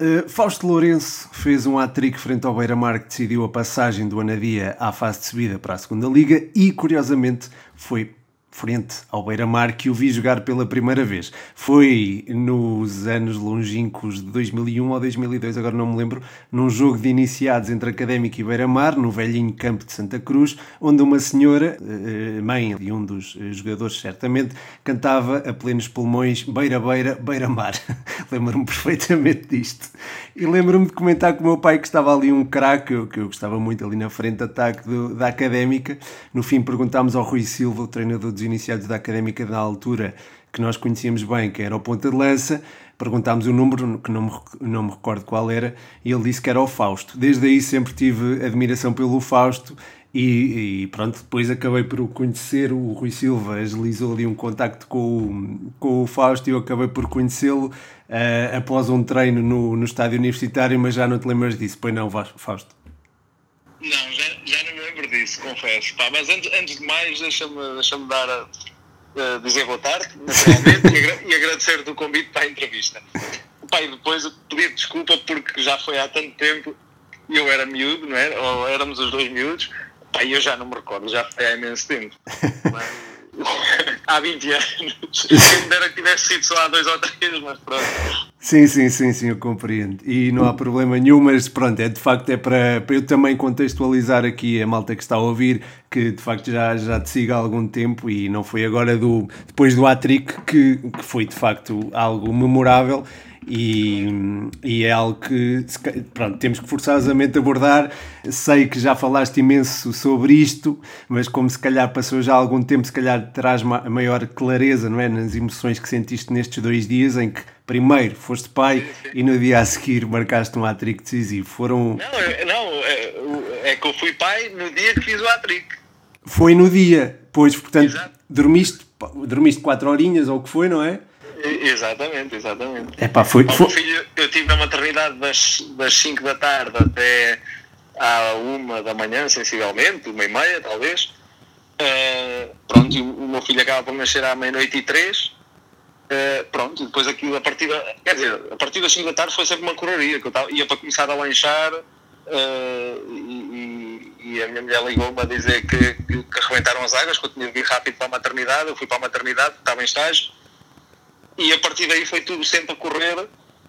Fausto Lourenço fez um hat-trick frente ao Beira-Mar que decidiu a passagem do Anadia à fase de subida para a segunda Liga e, curiosamente, foi frente ao Beira-Mar que o vi jogar pela primeira vez. Foi nos anos longínquos de 2001 ou 2002, agora não me lembro, num jogo de iniciados entre Académico e Beira-Mar, no velhinho campo de Santa Cruz, onde uma senhora, mãe de um dos jogadores certamente, cantava a plenos pulmões Beira-Beira, Beira-Mar. Lembro-me perfeitamente disto. E lembro-me de comentar com o meu pai que estava ali um craque, que eu gostava muito ali na frente de ataque da Académica. No fim perguntámos ao Rui Silva, o treinador dos iniciados da Académica da altura, que nós conhecíamos bem, que era o ponta de lança, perguntámos o número, que não me recordo qual era, e ele disse que era o Fausto. Desde aí sempre tive admiração pelo Fausto e pronto, depois acabei por o conhecer. O Rui Silva agilizou ali um contacto com o Fausto e eu acabei por conhecê-lo após um treino no estádio universitário, mas já não te lembras disso, pois não, Fausto? Não, já não me lembro disso, confesso. Pá, mas antes de mais, deixa-me dar dizer boa tarde, naturalmente, e agradecer-te o convite para a entrevista. Pá, e depois pedir desculpa porque já foi há tanto tempo e eu era miúdo, não é? Ou éramos os dois miúdos, pá, e eu já não me recordo, já foi há imenso tempo. Há 20 anos. Quem me dera que tivesse sido só há 2 ou 3, mas pronto. Sim, eu compreendo. E não há problema nenhum, mas pronto, de facto é para eu também contextualizar aqui a malta que está a ouvir, que de facto já te sigo há algum tempo e não foi agora depois do hat-trick que foi de facto algo memorável. E é algo que pronto, temos que forçosamente abordar. Sei que já falaste imenso sobre isto, mas como se calhar passou já algum tempo, se calhar traz maior clareza, não é, nas emoções que sentiste nestes 2 dias em que primeiro foste pai e no dia a seguir marcaste um hat-trick decisivo. É que eu fui pai no dia que fiz o hat-trick. Foi no dia, pois, portanto, dormiste 4 horinhas ou o que foi, não é? Exatamente. Epá, Meu filho, eu estive na maternidade das 5 da tarde até à 1 da manhã, sensivelmente, 1h30 talvez. Pronto, e o meu filho acaba por nascer à 00:03. Pronto, e depois aquilo a partir das 5 da tarde foi sempre uma correria, que eu ia para começar a lanchar e a minha mulher ligou-me a dizer que arrebentaram as águas, que eu tinha de vir rápido para a maternidade. Eu fui para a maternidade, estava em estágio. E a partir daí foi tudo sempre a correr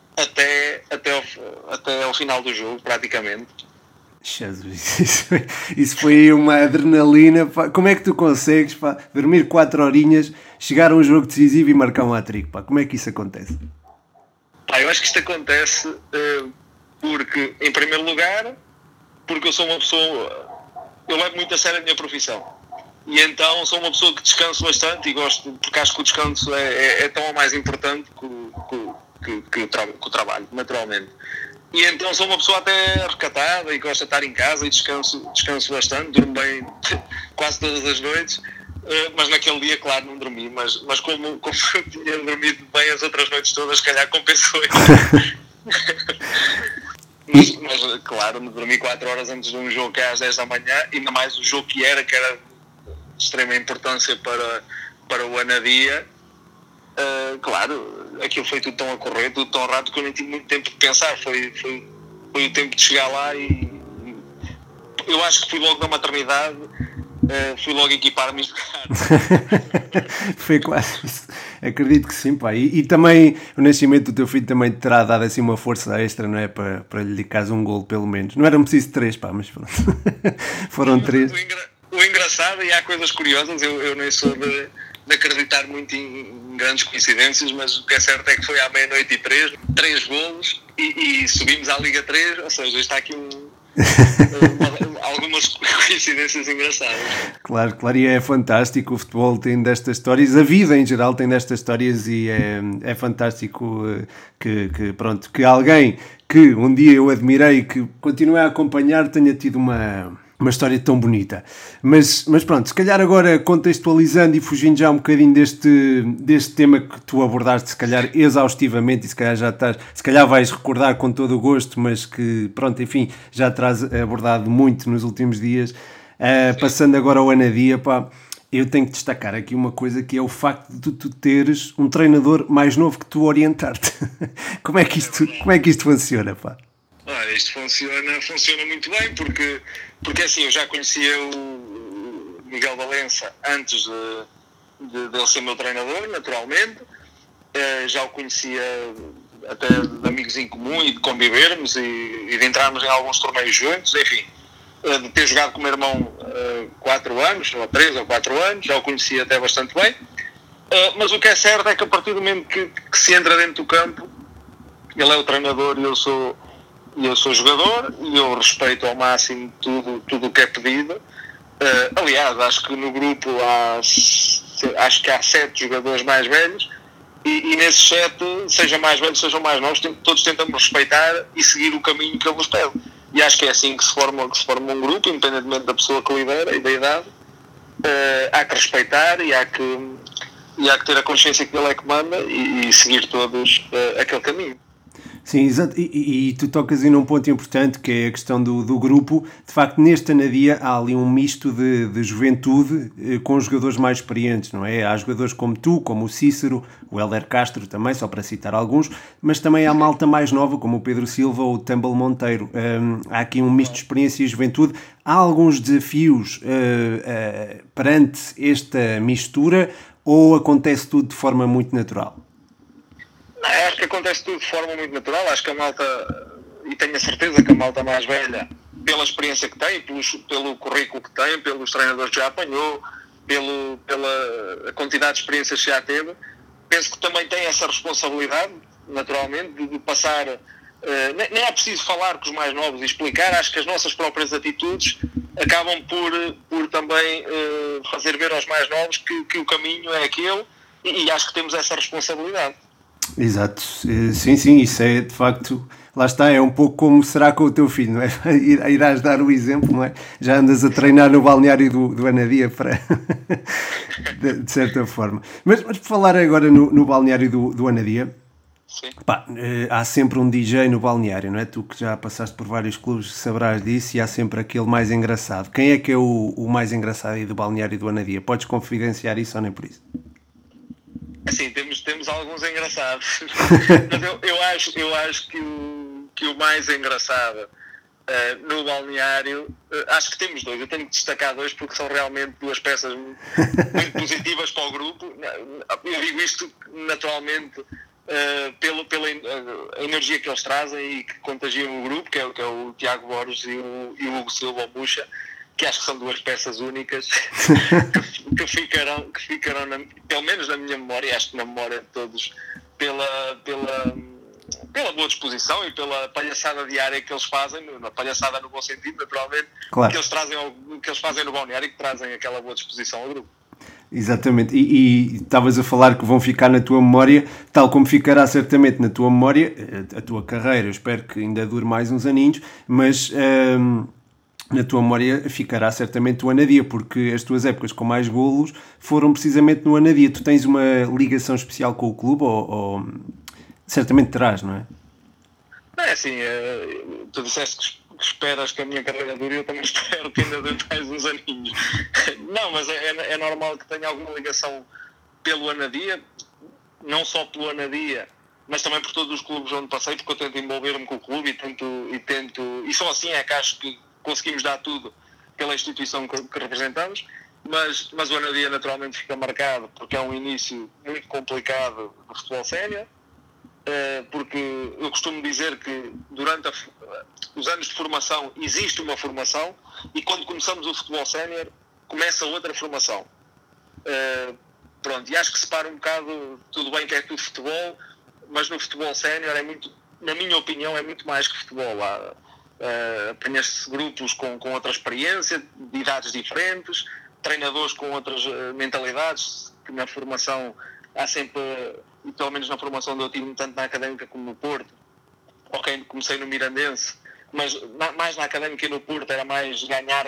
até ao final do jogo, praticamente. Jesus, isso foi uma adrenalina. Pá. Como é que tu consegues, pá, dormir 4 horinhas, chegar a um jogo decisivo e marcar um hat-trick? Pá? Como é que isso acontece? Pá, eu acho que isto acontece porque, em primeiro lugar, porque eu sou uma pessoa... Eu levo muito a sério a minha profissão. E então sou uma pessoa que descanso bastante e gosto, porque acho que o descanso é tão ou mais importante que o trabalho, naturalmente. E então sou uma pessoa até recatada e gosto de estar em casa e descanso bastante, durmo bem quase todas as noites, mas naquele dia, claro, não dormi, mas como eu tinha dormido bem as outras noites todas, se calhar compensou. mas claro, dormi 4 horas antes de um jogo que é às 10 da manhã, ainda mais o jogo que era de extrema importância para o Anadia. Claro, aquilo foi tudo tão a correr, tudo tão rápido que eu nem tive muito tempo de pensar. Foi o tempo de chegar lá e eu acho que fui logo da maternidade, fui logo equipar-me e jogar. Foi quase isso. Acredito que sim, pá. E também o nascimento do teu filho também te terá dado assim uma força extra, não é? Para lhe dedicares um golo pelo menos. Não eram preciso 3, pá, mas pronto. Foram 3. O engraçado, e há coisas curiosas, eu nem sou de acreditar muito em grandes coincidências, mas o que é certo é que foi à 00:03, 3 golos e subimos à Liga 3, ou seja, está aqui algumas coincidências engraçadas. Claro, e é fantástico, o futebol tem destas histórias, a vida em geral tem destas histórias e é fantástico que alguém que um dia eu admirei e que continuei a acompanhar tenha tido uma história tão bonita. Mas pronto, se calhar agora contextualizando e fugindo já um bocadinho deste tema que tu abordaste, se calhar exaustivamente, e se calhar vais recordar com todo o gosto, mas que pronto, enfim, já terás abordado muito nos últimos dias. Passando agora ao Anadia, pá, Eu tenho que destacar aqui uma coisa, que é o facto de tu teres um treinador mais novo que tu orientar-te. Como é que isto funciona, pá? Olha, isto funciona muito bem, porque assim, eu já conhecia o Miguel Valença antes de ele ser meu treinador, naturalmente. Já o conhecia até de amigos em comum e de convivermos e de entrarmos em alguns torneios juntos, enfim. De ter jogado com o meu irmão 4 anos, ou 3 ou 4 anos, já o conhecia até bastante bem. Mas o que é certo é que a partir do momento que se entra dentro do campo, ele é o treinador e eu sou jogador, e eu respeito ao máximo tudo o que é pedido. Aliás, acho que no grupo acho que há 7 jogadores mais velhos, e nesses 7, sejam mais velhos, sejam mais novos, todos tentam respeitar e seguir o caminho que ele nos pede. E acho que é assim que se forma um grupo, independentemente da pessoa que lidera e da idade. Há que respeitar e há que ter a consciência que ele é que manda e seguir todos aquele caminho. Sim, exato. E tu tocas aí num ponto importante, que é a questão do grupo. De facto, neste Anadia há ali um misto de juventude com jogadores mais experientes, não é? Há jogadores como tu, como o Cícero, o Hélder Castro também, só para citar alguns, mas também há malta mais nova, como o Pedro Silva ou o Tumble Monteiro. Há aqui um misto de experiência e juventude. Há alguns desafios perante esta mistura, ou acontece tudo de forma muito natural? Acho que acontece tudo de forma muito natural. Acho que a malta, e tenho a certeza que a malta mais velha, pela experiência que tem, pelo currículo que tem, pelos treinadores que já apanhou, pela quantidade de experiências que já teve, penso que também tem essa responsabilidade, naturalmente, de passar. Nem é preciso falar com os mais novos e explicar. Acho que as nossas próprias atitudes acabam por também fazer ver aos mais novos que o caminho é aquele, e acho que temos essa responsabilidade. Exato, sim, isso é de facto, lá está, é um pouco como será com o teu filho, não é? Irás dar o exemplo, não é? Já andas a treinar no balneário do Anadia para de certa forma. Mas por falar agora no balneário do Anadia, pá, há sempre um DJ no balneário, não é? Tu que já passaste por vários clubes saberás disso, e há sempre aquele mais engraçado. Quem é que é o mais engraçado aí do balneário do Anadia? Podes confidenciar isso ou nem por isso? Assim, temos alguns engraçados, mas eu acho que o mais engraçado no balneário, acho que temos 2. Eu tenho que destacar 2 porque são realmente 2 peças muito positivas para o grupo. Eu digo isto naturalmente pela energia que eles trazem e que contagiam o grupo, que é o Tiago Borges e o Hugo Silva Bucha, que acho que são 2 peças únicas que ficarão pelo menos na minha memória, e acho que na memória de todos, pela boa disposição e pela palhaçada diária que eles fazem, na palhaçada no bom sentido, naturalmente, claro, que eles fazem no balneário e que trazem aquela boa disposição ao grupo. Exatamente, e estavas a falar que vão ficar na tua memória, tal como ficará certamente na tua memória a tua carreira. Eu espero que ainda dure mais uns aninhos, mas na tua memória ficará certamente o Anadia, porque as tuas épocas com mais golos foram precisamente no Anadia. Tu tens uma ligação especial com o clube, ou certamente terás, não é? Não é assim, tu disseste que esperas que a minha carreira dure, eu também espero que ainda dure mais uns aninhos. Não, mas é normal que tenha alguma ligação pelo Anadia, não só pelo Anadia, mas também por todos os clubes onde passei, porque eu tento envolver-me com o clube e só assim é que acho que conseguimos dar tudo pela instituição que representamos, mas o Anadia naturalmente fica marcado porque é um início muito complicado do futebol sénior, porque eu costumo dizer que durante os anos de formação existe uma formação, e quando começamos o futebol sénior começa outra formação. Pronto, e acho que separa um bocado, tudo bem que é tudo futebol, mas no futebol sénior é muito, na minha opinião, é muito mais que futebol. Apanhas-se grupos com outra experiência, de idades diferentes, treinadores com outras mentalidades, que na formação há sempre, e pelo menos na formação do eu tive, tanto na Académica como no Porto. Ok, comecei no Mirandense, mas mais na Académica e no Porto era mais ganhar,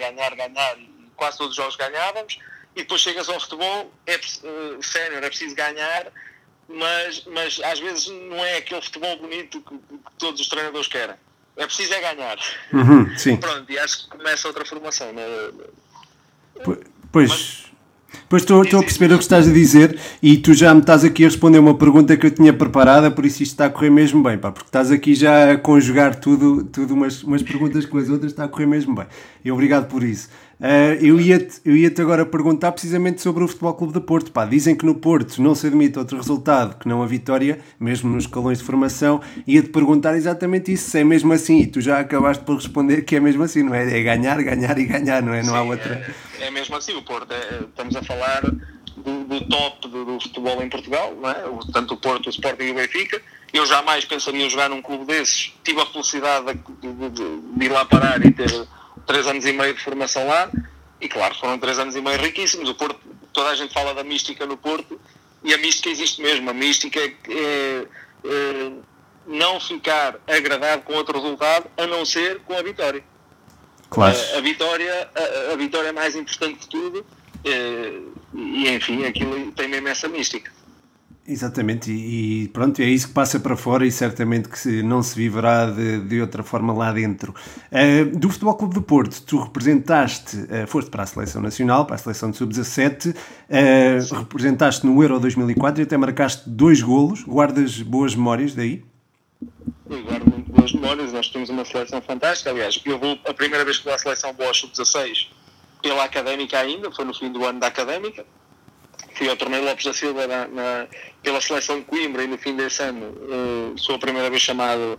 e quase todos os jogos ganhávamos, e depois chegas ao futebol, sénior, é preciso ganhar, mas às vezes não é aquele futebol bonito que todos os treinadores querem. É preciso ganhar. Sim. Pronto, e acho que começa outra formação. Pois, Pois estou a perceber o que estás a dizer e tu já me estás aqui a responder uma pergunta que eu tinha preparada, por isso isto está a correr mesmo bem, pá, porque estás aqui já a conjugar tudo umas perguntas com as outras, está a correr mesmo bem. E obrigado por isso. Eu ia-te agora perguntar precisamente sobre o Futebol Clube de Porto. Pá, dizem que no Porto não se admite outro resultado que não a vitória, mesmo nos escalões de formação. Ia-te perguntar exatamente isso, se é mesmo assim. E tu já acabaste por responder que é mesmo assim, não é? É ganhar, ganhar e ganhar, não é? Não há outra. É mesmo assim, o Porto. Estamos a falar do top do futebol em Portugal, não é? Tanto o Porto, o Sporting e o Benfica. Eu jamais pensaria em jogar num clube desses. Tive a felicidade de ir lá parar e ter 3 anos e meio de formação lá, e claro, foram 3 anos e meio riquíssimos. O Porto, toda a gente fala da mística no Porto, e a mística existe mesmo. A mística é não ficar agradado com outro resultado, a não ser com a vitória. Claro. A vitória é mais importante de tudo, e enfim, aquilo tem mesmo essa mística. Exatamente, e pronto, é isso que passa para fora e certamente que não se viverá de outra forma lá dentro. Do Futebol Clube do Porto, tu representaste, foste para a Seleção Nacional, para a Seleção de Sub-17, representaste no Euro 2004 e até marcaste 2 golos. Guardas boas memórias daí? Eu guardo muito boas memórias, nós temos uma seleção fantástica. Aliás, a primeira vez que vou à seleção vou ao Sub-16 pela Académica ainda, foi no fim do ano da Académica. Fui ao torneio Lopes da Silva pela seleção de Coimbra, e no fim desse ano sou a primeira vez chamado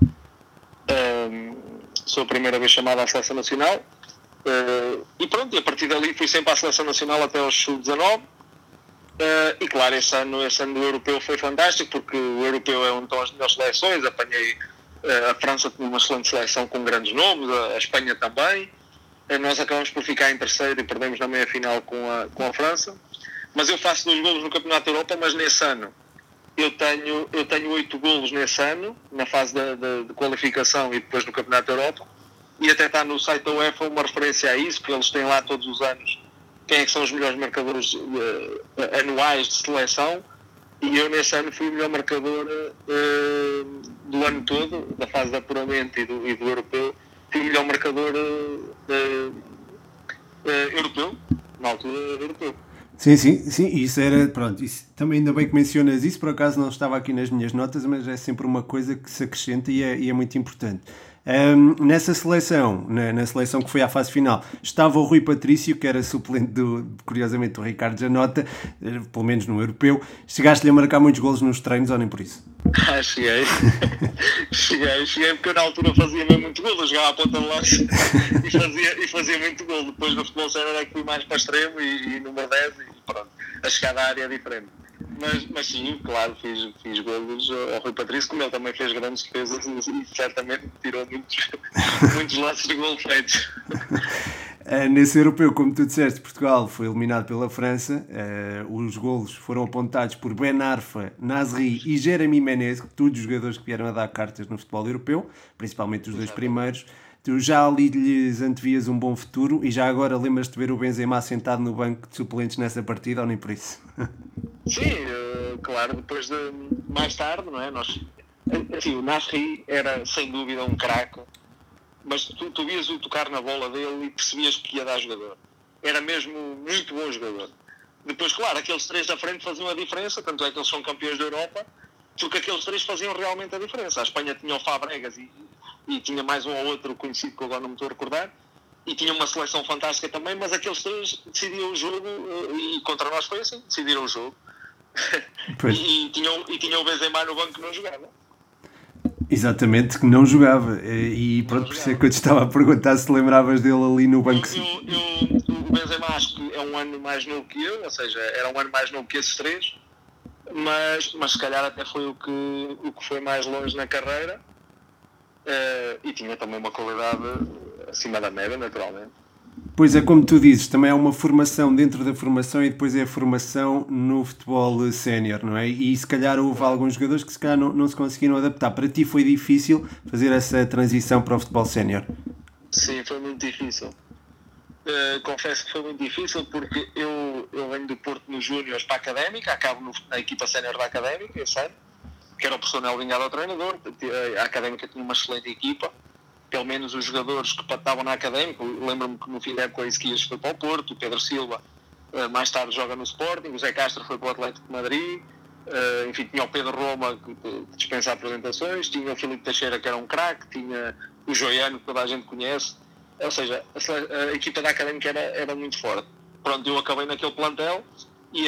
à seleção nacional, e pronto, e a partir dali fui sempre à seleção nacional até aos sub-19, e claro, esse ano do europeu foi fantástico, porque o europeu é onde estão as melhores seleções. Apanhei a França, tinha uma excelente seleção com grandes nomes, a Espanha também. Nós acabamos por ficar em terceiro e perdemos na meia-final com a França. Mas eu faço 2 golos no Campeonato da Europa, mas nesse ano eu tenho 8 golos nesse ano, na fase de qualificação e depois no Campeonato da Europa, e até está no site da UEFA uma referência a isso, porque eles têm lá todos os anos quem é que são os melhores marcadores anuais de seleção, e eu nesse ano fui o melhor marcador do ano todo, da fase de apuramento e do europeu. Fui o melhor marcador europeu, na altura europeu. Sim, isso era, pronto, isso, também ainda bem que mencionas isso, por acaso não estava aqui nas minhas notas, mas é sempre uma coisa que se acrescenta e é muito importante. Nessa seleção, na seleção que foi à fase final, estava o Rui Patrício, que era suplente curiosamente, do Ricardo Janota, pelo menos no europeu. Chegaste-lhe a marcar muitos golos nos treinos ou nem por isso? Cheguei porque eu na altura fazia mesmo muito golo. Eu jogava à ponta de lança e fazia muito golo. Depois no futebol sénior é que fui mais para extremo e número 10, e pronto, a chegar à área é diferente. Mas sim, claro, fiz golos ao Rui Patrício, como ele também fez grandes defesas e certamente tirou muitos lances de golo feitos. Nesse europeu, como tu disseste, Portugal foi eliminado pela França. Os golos foram apontados por Ben Arfa, Nasri e Jérémy Menez, todos os jogadores que vieram a dar cartas no futebol europeu, principalmente os 2 primeiros. Tu já ali lhes antevias um bom futuro, e já agora lembras-te de ver o Benzema sentado no banco de suplentes nessa partida, ou nem por isso? Sim, claro, depois de mais tarde, não é? O Nasri era sem dúvida um craque, mas tu vias o tocar na bola dele e percebias que ia dar jogador. Era mesmo muito bom jogador. Depois, claro, aqueles 3 da frente faziam a diferença, tanto é que eles são campeões da Europa, porque aqueles 3 faziam realmente a diferença. A Espanha tinha o Fabregas e tinha mais um ou outro conhecido que agora não me estou a recordar, e tinha uma seleção fantástica também, mas aqueles 3 decidiam o jogo, e contra nós foi assim, decidiram o jogo. e tinha o Benzema no banco que não jogava. Exatamente, que não jogava. E pronto, por isso é que eu te estava a perguntar se lembravas dele ali no banco. O Benzema acho que é um ano mais novo que eu, ou seja, era um ano mais novo que esses 3, mas se calhar até foi o que foi mais longe na carreira, e tinha também uma qualidade acima da média, naturalmente. Pois é, como tu dizes, também há uma formação dentro da formação e depois é a formação no futebol sénior, não é? E se calhar houve alguns jogadores que se calhar não se conseguiram adaptar. Para ti foi difícil fazer essa transição para o futebol sénior? Sim, foi muito difícil. Confesso que foi muito difícil, porque eu venho do Porto nos Júniores para a Académica, acabo na equipa sénior da Académica, esse ano, que era o professor Nel Vingado ao treinador. A Académica tinha uma excelente equipa, pelo menos os jogadores que estavam na Académica. Lembro-me que no fim da época o Isquias foi para o Porto, o Pedro Silva mais tarde joga no Sporting, o Zé Castro foi para o Atlético de Madrid, enfim, tinha o Pedro Roma, que dispensa apresentações, tinha o Filipe Teixeira, que era um craque, tinha o Joiano, que toda a gente conhece, ou seja, a equipa da Académica era muito forte. Pronto, eu acabei naquele plantel e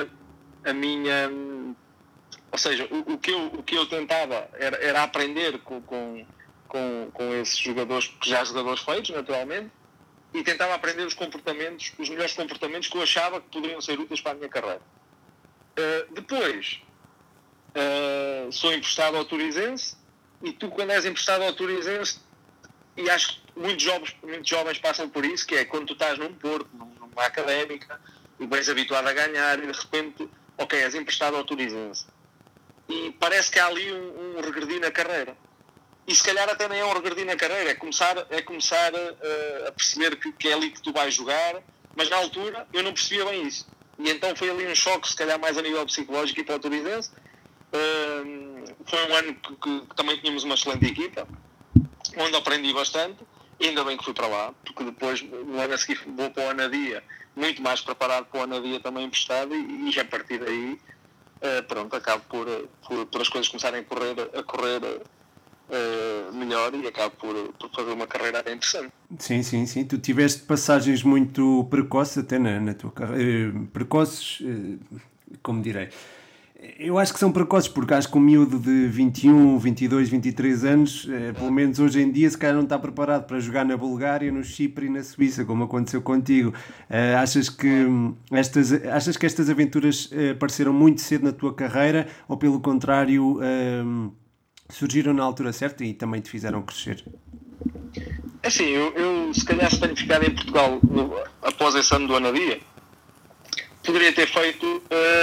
ou seja, o que eu tentava era aprender com esses jogadores, que já jogadores feitos, naturalmente, e tentava aprender os melhores comportamentos que eu achava que poderiam ser úteis para a minha carreira. Depois, sou emprestado ao Turizense, e tu, quando és emprestado ao Turizense, e acho que muitos jovens passam por isso, que é quando tu estás num Porto, numa Académica, e bens habituado a ganhar, e de repente, ok, és emprestado ao Turizense. E parece que há ali um regredir na carreira. E se calhar até nem é um regredir na carreira, é começar a perceber que é ali que tu vais jogar, mas na altura eu não percebia bem isso. E então foi ali um choque, se calhar mais a nível psicológico, e para o Turizense. Foi um ano que também tínhamos uma excelente equipa, onde aprendi bastante, e ainda bem que fui para lá, porque depois, no ano a seguir, vou para o Anadia, muito mais preparado para o Anadia também emprestado, e a partir daí, pronto, acabo por as coisas começarem a correr melhor, e acabo por fazer uma carreira bem interessante. Sim. Tu tiveste passagens muito precoces até na tua carreira. Precoces, como direi. Eu acho que são precoces, porque acho que um miúdo de 21, 22, 23 anos, pelo menos hoje em dia, se calhar não está preparado para jogar na Bulgária, no Chipre e na Suíça, como aconteceu contigo. Achas que estas aventuras apareceram muito cedo na tua carreira, ou pelo contrário, surgiram na altura certa e também te fizeram crescer? Assim, eu se calhar, se tenho ficado em Portugal após esse ano do Anadia, poderia ter feito,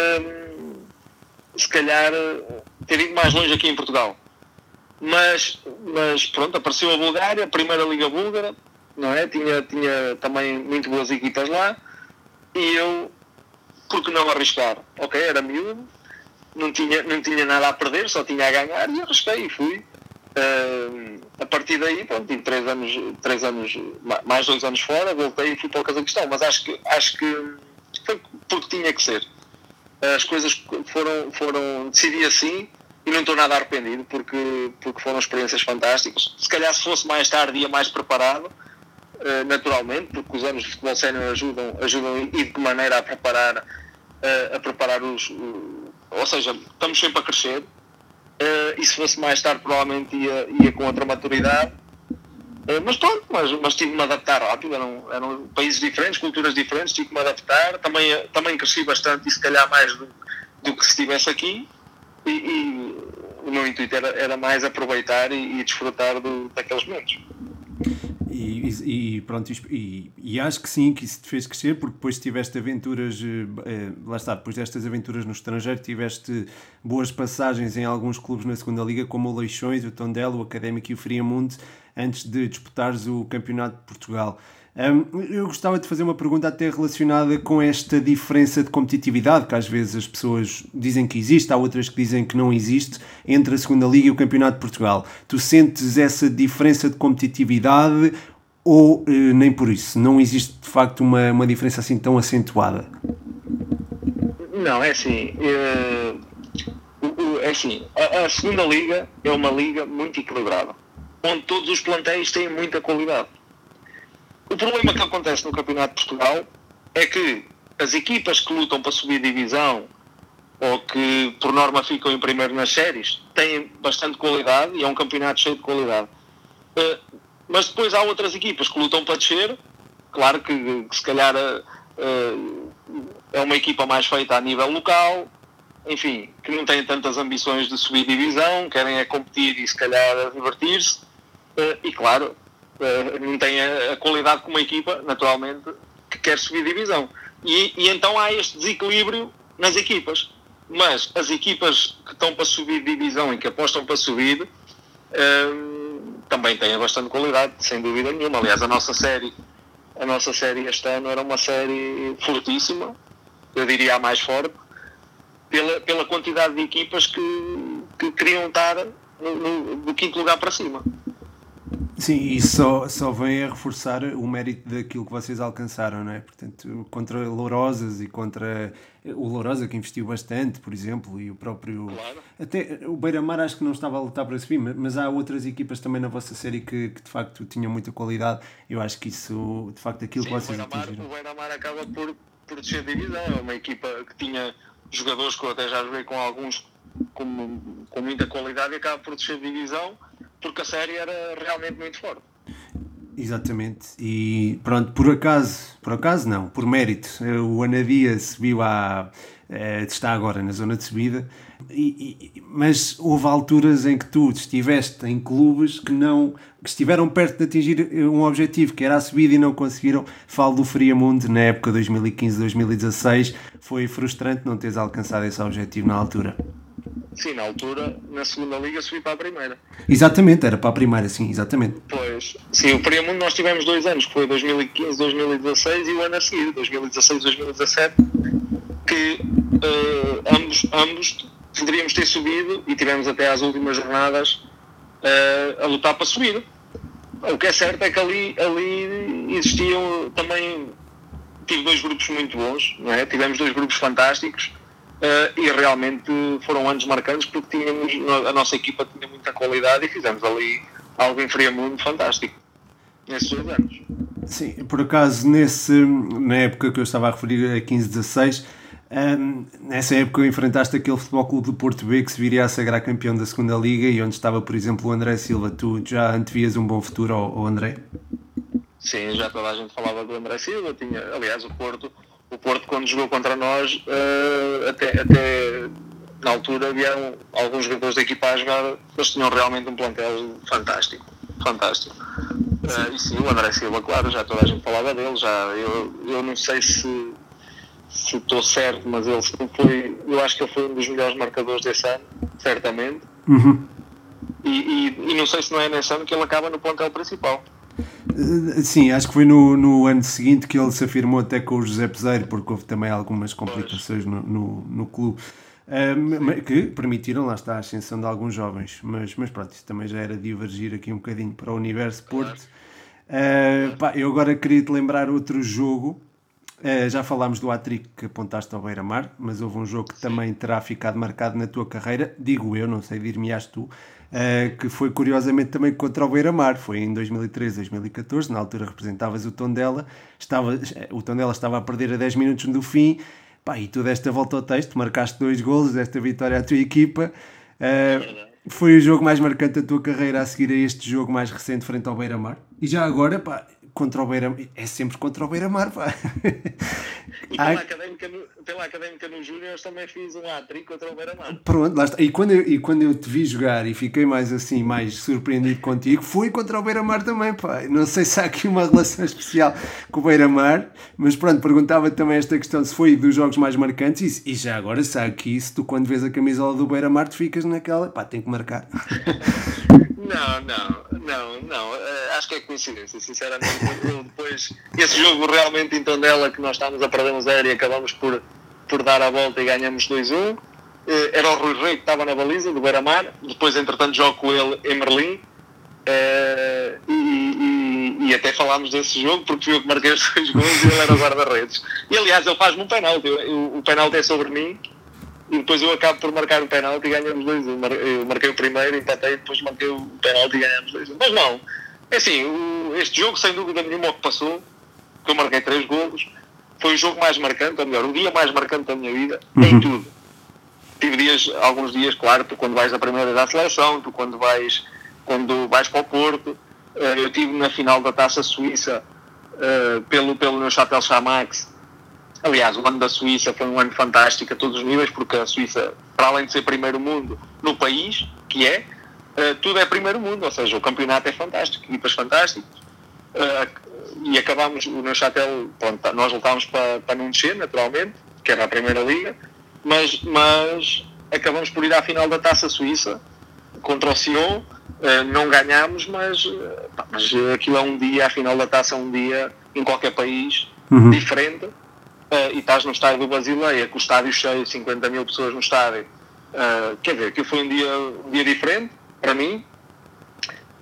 se calhar, ter ido mais longe aqui em Portugal. Mas pronto, apareceu a Bulgária, a primeira Liga Búlgara, não é? Tinha também muito boas equipas lá, e eu, por que não arriscar? Ok, era miúdo, não tinha nada a perder, só tinha a ganhar, e arrisquei e fui. A partir daí, pronto, tive 3 anos, mais 2 anos fora, voltei e fui para o Cazaquistão, mas acho que foi porque tinha que ser. As coisas foram decidi assim, e não estou nada arrependido, porque foram experiências fantásticas. Se calhar, se fosse mais tarde, ia mais preparado, naturalmente, porque os anos de futebol sénior ajudam e de que maneira a preparar ou seja, estamos sempre a crescer, e se fosse mais tarde, provavelmente ia com outra maturidade. Mas pronto, mas tive que me adaptar rápido, eram países diferentes, culturas diferentes, tive que me adaptar, também cresci bastante, e se calhar mais do que se estivesse aqui, e o meu intuito era mais aproveitar e desfrutar daqueles momentos. E pronto, e acho que sim, que isso te fez crescer, porque depois tiveste aventuras, lá está, depois destas aventuras no estrangeiro, tiveste boas passagens em alguns clubes na segunda liga, como o Leixões, o Tondela, o Académico e o Friamundo, antes de disputares o Campeonato de Portugal. Eu gostava de fazer uma pergunta até relacionada com esta diferença de competitividade, que às vezes as pessoas dizem que existe, há outras que dizem que não existe, entre a segunda liga e o Campeonato de Portugal. Tu sentes essa diferença de competitividade ou nem por isso? Não existe de facto uma diferença assim tão acentuada? Não, é assim, a segunda liga é uma liga muito equilibrada, onde todos os plantéis têm muita qualidade. O problema que acontece no Campeonato de Portugal é que as equipas que lutam para subir divisão, ou que por norma ficam em primeiro nas séries, têm bastante qualidade, e é um campeonato cheio de qualidade. Mas depois há outras equipas que lutam para descer, claro que se calhar é uma equipa mais feita a nível local, enfim, que não têm tantas ambições de subir divisão, querem competir e se calhar divertir-se, e claro, não tem a qualidade como uma equipa, naturalmente, que quer subir divisão. E então há este desequilíbrio nas equipas. Mas as equipas que estão para subir divisão e que apostam para subir também têm bastante qualidade, sem dúvida nenhuma. Aliás, a nossa série este ano era uma série fortíssima, eu diria a mais forte, pela quantidade de equipas que queriam estar do 5º lugar para cima. Sim, e só vem a reforçar o mérito daquilo que vocês alcançaram, não é? Portanto, contra Lourosas e contra o Lourosa, que investiu bastante, por exemplo, e o próprio. Claro. Até o Beira-Mar acho que não estava a lutar para subir, mas há outras equipas também na vossa série que de facto tinham muita qualidade. Eu acho que isso, de facto, aquilo que Sim, vocês atingiram. O Beira-Mar acaba por descer de divisão. É uma equipa que tinha jogadores que eu até já joguei com alguns com muita qualidade e acaba por descer de divisão porque a série era realmente muito forte. Exatamente, e pronto, por acaso não, por mérito, o Anadia subiu está agora na zona de subida, mas houve alturas em que tu estiveste em clubes que estiveram perto de atingir um objetivo, que era a subida e não conseguiram. Falo do Friamundo na época 2015-2016, foi frustrante não teres alcançado esse objetivo na altura. Sim, na altura, na segunda liga subi para a primeira. Exatamente, era para a primeira, sim, exatamente. Pois, sim, o Friamundo nós tivemos 2 anos, que foi 2015-2016 e o ano a seguir, 2016-2017, que ambos poderíamos ter subido e tivemos até às últimas jornadas a lutar para subir. O que é certo é que ali existiam também, tive 2 grupos muito bons, não é? Tivemos 2 grupos fantásticos. E realmente foram anos marcantes porque a nossa equipa tinha muita qualidade e fizemos ali algo em Friamundo fantástico nesses 2 anos. Sim, por acaso na época que eu estava a referir a 15-16, nessa época enfrentaste aquele Futebol Clube do Porto B que se viria a sagrar campeão da segunda Liga e onde estava, por exemplo, o André Silva. Tu já antevias um bom futuro ao André? Sim, já toda a gente falava do André Silva. Aliás, o Porto quando jogou contra nós, até na altura vieram alguns jogadores da equipa a jogar, eles tinham realmente um plantel fantástico. E sim, o André Silva, claro, já toda a gente falava dele, eu não sei se estou certo, mas eu acho que ele foi um dos melhores marcadores desse ano, certamente. Uhum. E não sei se não é nesse ano que ele acaba no plantel principal. Sim, acho que foi no ano seguinte que ele se afirmou até com o José Peseiro, porque houve também algumas complicações no clube que permitiram, lá está, a ascensão de alguns jovens, mas pronto, isso também já era divergir aqui um bocadinho para o Universo Porto. Eu agora queria te lembrar outro jogo. Já falámos do hat-trick que apontaste ao Beira-Mar, mas houve um jogo que também terá ficado marcado na tua carreira, digo eu, não sei, dir-me-ás tu, que foi curiosamente também contra o Beira-Mar. Foi em 2013, 2014, na altura representavas o Tondela, o Tondela estava a perder a 10 minutos do fim, e tu deste a volta ao texto, marcaste 2 golos, desta vitória à tua equipa. Foi o jogo mais marcante da tua carreira a seguir a este jogo mais recente frente ao Beira-Mar. E já agora, contra o Beira-Mar, é sempre contra o Beira-Mar, E pela Académica no Júnior também fiz um hat-trick contra o Beira-Mar. Pronto, lá está. E quando eu te vi jogar e fiquei mais surpreendido contigo, foi contra o Beira-Mar também, Não sei se há aqui uma relação especial com o Beira-Mar, mas pronto, perguntava também esta questão se foi dos jogos mais marcantes e já agora, se há aqui, se tu quando vês a camisola do Beira-Mar, tu ficas naquela, tem que marcar. Não, acho que é coincidência, sinceramente. Eu depois, esse jogo realmente em Tondela, que nós estávamos a perder um 0 e acabamos por dar a volta e ganhamos 2-1. Era o Rui Rei que estava na baliza do Beira-Mar. Depois, entretanto, jogo com ele em Merlim. E até falámos desse jogo porque fui eu que marquei os 2 gols e ele era o guarda-redes. E aliás, ele faz-me um penalti. O penalti é sobre mim. E depois eu acabo por marcar o penalti e ganhamos 2-1. Eu marquei o primeiro, empatei, depois marquei o penalti e ganhamos 2-1. Mas não, é assim, este jogo sem dúvida nenhuma que passou, que eu marquei 3 golos, foi o jogo mais marcante, ou melhor, o dia mais marcante da minha vida, em tudo. Tive alguns dias, claro, tu quando vais à primeira da seleção, tu quando vais para o Porto, eu estive na final da Taça Suíça pelo Neuchâtel Xamax. Aliás, o ano da Suíça foi um ano fantástico a todos os níveis, porque a Suíça, para além de ser primeiro mundo no país, que é, tudo é primeiro mundo, ou seja, o campeonato é fantástico, equipas fantásticas. E acabámos, o Neuchâtel, pronto, nós lutámos para não descer, naturalmente, que era a primeira liga, mas acabamos por ir à final da Taça Suíça, contra o Sion, não ganhámos, mas aquilo é um dia, a final da Taça é um dia, em qualquer país, diferente. E estás no estádio do Basileia, com o estádio cheio, 50 mil pessoas no estádio. Quer dizer, aquilo foi um dia diferente, para mim.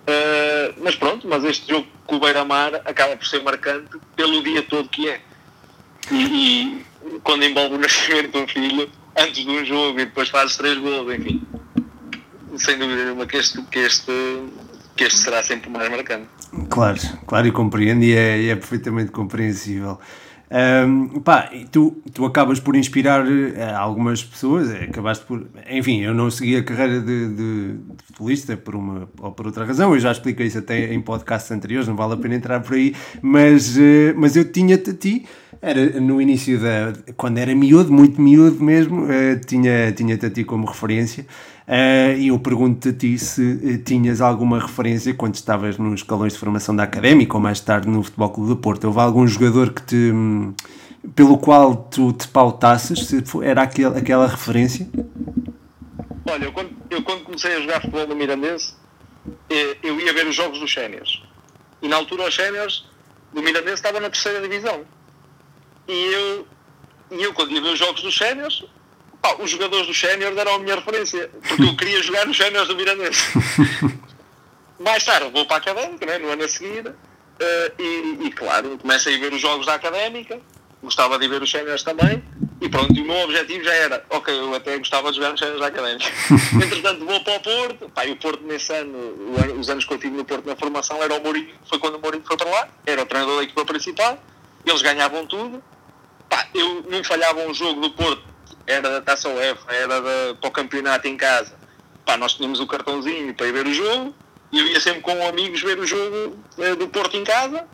Mas pronto, mas este jogo com o Beira-Mar acaba por ser marcante pelo dia todo que é. E quando envolve o nascimento do filho, antes de um jogo e depois fazes 3 gols, enfim. Sem dúvida nenhuma que este será sempre o mais marcante. Claro, e compreendo, e é perfeitamente compreensível. E tu acabas por inspirar algumas pessoas, acabaste por... Enfim, eu não segui a carreira de futebolista por uma ou por outra razão, eu já expliquei isso até em podcasts anteriores, não vale a pena entrar por aí, mas eu tinha-te a ti, era no início quando era miúdo, muito miúdo mesmo, tinha-te a ti como referência. E eu pergunto-te a ti se tinhas alguma referência quando estavas nos escalões de formação da Académica ou mais tarde no Futebol Clube do Porto. Houve algum jogador pelo qual tu te pautasses? Se era aquela referência? Olha, eu quando comecei a jogar futebol no Mirandense, eu ia ver os jogos dos séniores. E na altura os séniores do Mirandense estavam na 3ª divisão. E eu quando ia ver os jogos dos séniores, os jogadores dos séniores eram a minha referência, porque eu queria jogar nos séniores do Mirandense. Mais tarde vou para a Académica, né, no ano a seguir, e claro, começo a ir ver os jogos da Académica, gostava de ir ver os séniores também, e pronto, e o meu objetivo já era, ok, eu até gostava de jogar nos séniores da Académica. Entretanto vou para o Porto, e o Porto nesse ano, os anos que eu tive no Porto na formação, era o Mourinho, foi quando o Mourinho foi para lá, era o treinador da equipa principal, eles ganhavam tudo, eu não falhava um jogo do Porto, era da Taça UEFA, era para o campeonato em casa. Nós tínhamos o cartãozinho para ir ver o jogo, e eu ia sempre com amigos ver o jogo do Porto em casa,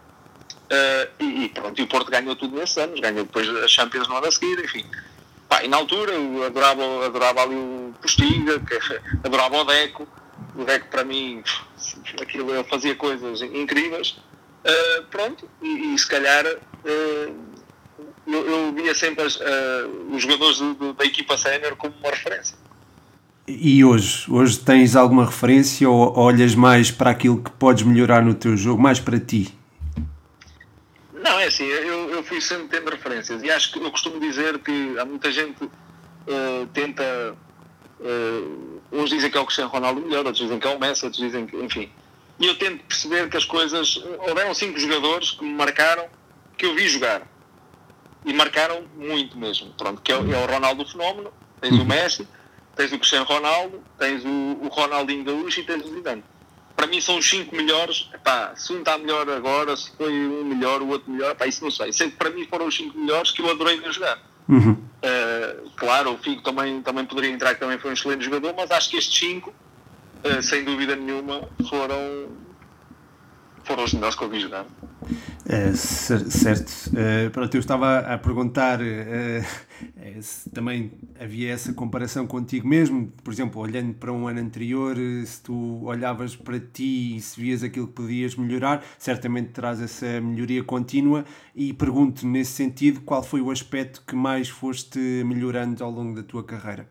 e pronto, e o Porto ganhou tudo nesses anos, ganhou depois a Champions no ano a seguir, enfim. E na altura eu adorava ali o Postiga, adorava o Deco para mim, aquilo, ele fazia coisas incríveis, pronto, e se calhar... eu via sempre os jogadores da equipa sénior como uma referência. E hoje tens alguma referência ou olhas mais para aquilo que podes melhorar no teu jogo, mais para ti? Não, é assim, eu fui sempre tendo referências e acho que eu costumo dizer que há muita gente tenta... uns dizem que é o Cristiano Ronaldo melhor, outros dizem que é o Messi, outros dizem que... Enfim. E eu tento perceber que as coisas... Houveram 5 jogadores que me marcaram, que eu vi jogar. E marcaram muito mesmo, pronto, que é o Ronaldo Fenómeno, tens o Messi, tens o Cristiano Ronaldo, tens o Ronaldinho Gaúcho e tens o Zidane. Para mim são os 5 melhores, se um está melhor agora, se foi um melhor, o outro melhor, isso não sei. Sei que para mim foram os 5 melhores que eu adorei ver jogar. Claro, o Figo também poderia entrar, que também foi um excelente jogador, mas acho que estes 5, sem dúvida nenhuma, foram os melhores que eu vi jogar. Certo. Pronto, eu estava a perguntar se também havia essa comparação contigo mesmo, por exemplo, olhando para um ano anterior, se tu olhavas para ti e se vias aquilo que podias melhorar, certamente terás essa melhoria contínua, e pergunto nesse sentido, qual foi o aspecto que mais foste melhorando ao longo da tua carreira?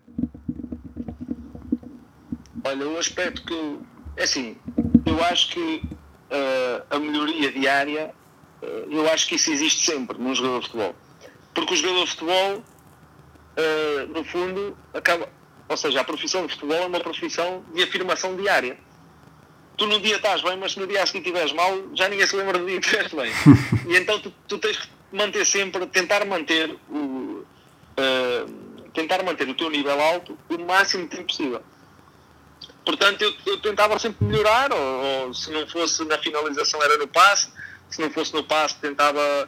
Olha, o aspecto que... assim, eu acho que a melhoria diária, eu acho que isso existe sempre num jogador de futebol. Porque o jogador de futebol, no fundo, acaba... Ou seja, a profissão de futebol é uma profissão de afirmação diária. Tu num dia estás bem, mas se no dia a seguir estiveres mal, já ninguém se lembra do dia que estiveste bem. E então tu tens que manter sempre, tentar manter o teu nível alto o máximo tempo possível. Portanto, eu tentava sempre melhorar, ou se não fosse na finalização era no passe, se não fosse no passe tentava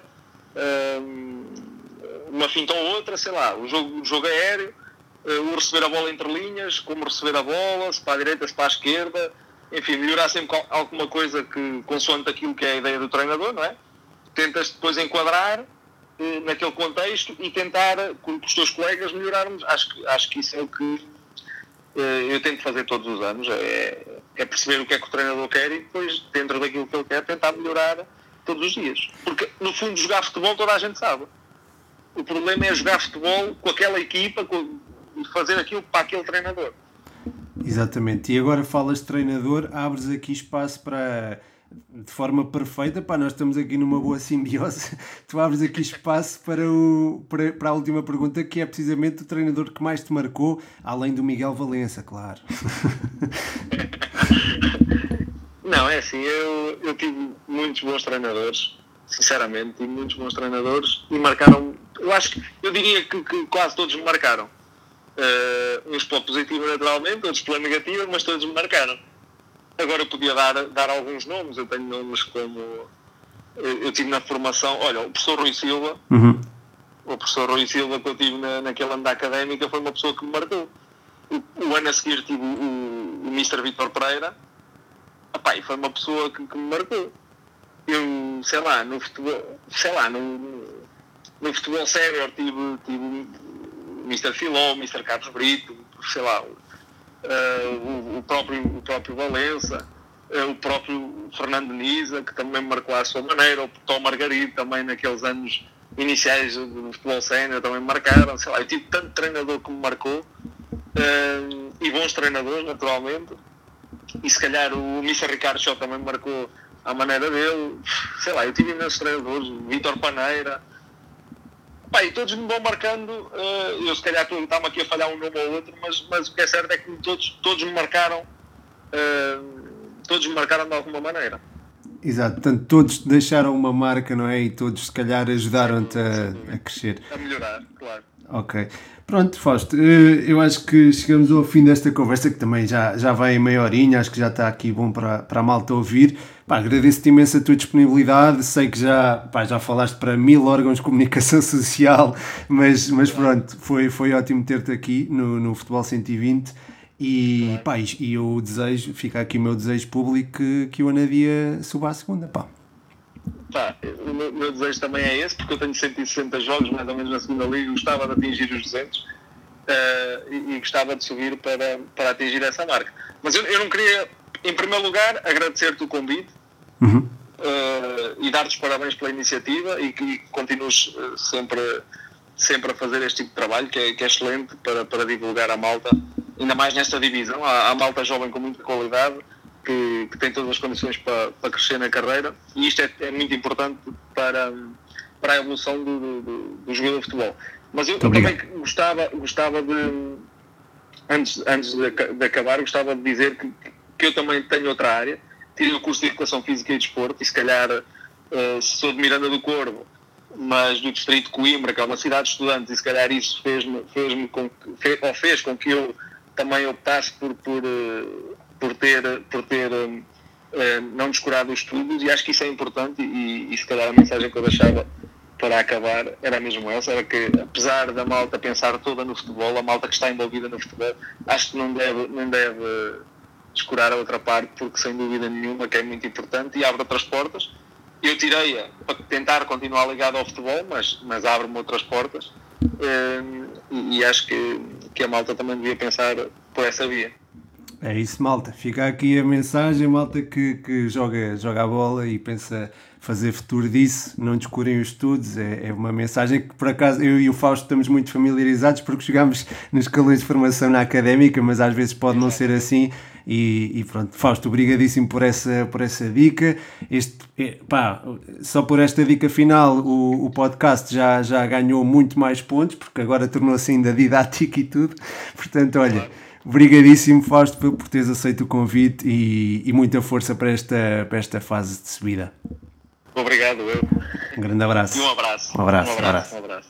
uma finta ou outra, sei lá, o jogo aéreo, o receber a bola entre linhas, como receber a bola, se para a direita, se para a esquerda, enfim, melhorar sempre alguma coisa que consoante aquilo que é a ideia do treinador, não é? Tentas depois enquadrar naquele contexto e tentar, com os teus colegas, melhorarmos. Acho que isso é o que eu tento fazer todos os anos, é perceber o que é que o treinador quer e depois, dentro daquilo que ele quer, tentar melhorar todos os dias. Porque, no fundo, jogar futebol toda a gente sabe. O problema é jogar futebol com aquela equipa e fazer aquilo para aquele treinador. Exatamente. E agora falas de treinador, abres aqui espaço para... de forma perfeita, nós estamos aqui numa boa simbiose, tu abres aqui espaço para a última pergunta, que é precisamente o treinador que mais te marcou, além do Miguel Valença, claro. é assim, eu tive muitos bons treinadores, sinceramente, tive muitos bons treinadores e marcaram, eu diria que quase todos me marcaram. Uns pela positiva naturalmente, outros pela negativa, mas todos me marcaram. Agora eu podia dar alguns nomes, eu tenho nomes como, eu tive na formação, olha, o professor Rui Silva, o professor Rui Silva que eu tive naquele ano da académica foi uma pessoa que me marcou. O ano a seguir tive o Mr. Vítor Pereira, e foi uma pessoa que me marcou. Eu, sei lá, no futebol sénior tive o Mr. Filó, o Mr. Carlos Brito, sei lá, o próprio Valença, o próprio Fernando Niza, que também me marcou à sua maneira, o Tom Margarido também naqueles anos iniciais do futebol sénior também me marcaram, sei lá, eu tive tanto treinador que me marcou, e bons treinadores naturalmente, e se calhar o Mr. Ricardo Shaw também me marcou à maneira dele, sei lá, eu tive imensos treinadores, Vítor Paneira, e todos me vão marcando, eu se calhar estava aqui a falhar um nome ou outro, mas o que é certo é que todos me marcaram, de alguma maneira. Exato, portanto todos deixaram uma marca, não é? E todos se calhar ajudaram-te a crescer. A melhorar, claro. Ok. Pronto, Fausto, eu acho que chegamos ao fim desta conversa, que também já vai em meia horinha, acho que já está aqui bom para a malta ouvir. Agradeço-te imenso a tua disponibilidade, sei que já falaste para 1000 órgãos de comunicação social, mas pronto, foi ótimo ter-te aqui no Futebol 120 e, e eu desejo, fica aqui o meu desejo público que o Anadia suba à segunda, O meu desejo também é esse, porque eu tenho 160 jogos mais ou menos na segunda liga, gostava de atingir os 200 e gostava de subir para atingir essa marca. Mas eu não queria, em primeiro lugar, agradecer-te o convite e dar-te os parabéns pela iniciativa e que continues sempre a fazer este tipo de trabalho que é excelente para divulgar a malta, ainda mais nesta divisão. Há malta jovem com muita qualidade que tem todas as condições para crescer na carreira, e isto é muito importante para a evolução do jogador de futebol. Mas eu também gostava de, antes de acabar, gostava de dizer que eu também tenho outra área. Tirei o curso de Educação Física e Desporto e se calhar sou de Miranda do Corvo, mas do distrito de Coimbra, que é uma cidade de estudantes, e se calhar isso fez com que eu também optasse por ter não descurado os estudos, e acho que isso é importante, e se calhar a mensagem que eu deixava para acabar era mesmo essa, era que apesar da malta pensar toda no futebol, a malta que está envolvida no futebol, acho que não deve descurar a outra parte, porque sem dúvida nenhuma que é muito importante e abre outras portas. Eu tirei-a para tentar continuar ligado ao futebol, mas abre-me outras portas, e acho que a malta também devia pensar por essa via. É isso, malta. Fica aqui a mensagem, malta que joga a bola e pensa fazer futuro disso, não descurem os estudos. É uma mensagem que, por acaso, eu e o Fausto estamos muito familiarizados porque jogámos nos escalões de formação na académica, mas às vezes pode não ser assim. E pronto, Fausto, obrigadíssimo por essa dica. Só por esta dica final o podcast já ganhou muito mais pontos, porque agora tornou-se ainda didático e tudo. Portanto, olha, obrigadíssimo, Fausto, por teres aceito o convite e muita força para esta fase de subida. Obrigado, eu. Um grande abraço. E um abraço. Um abraço.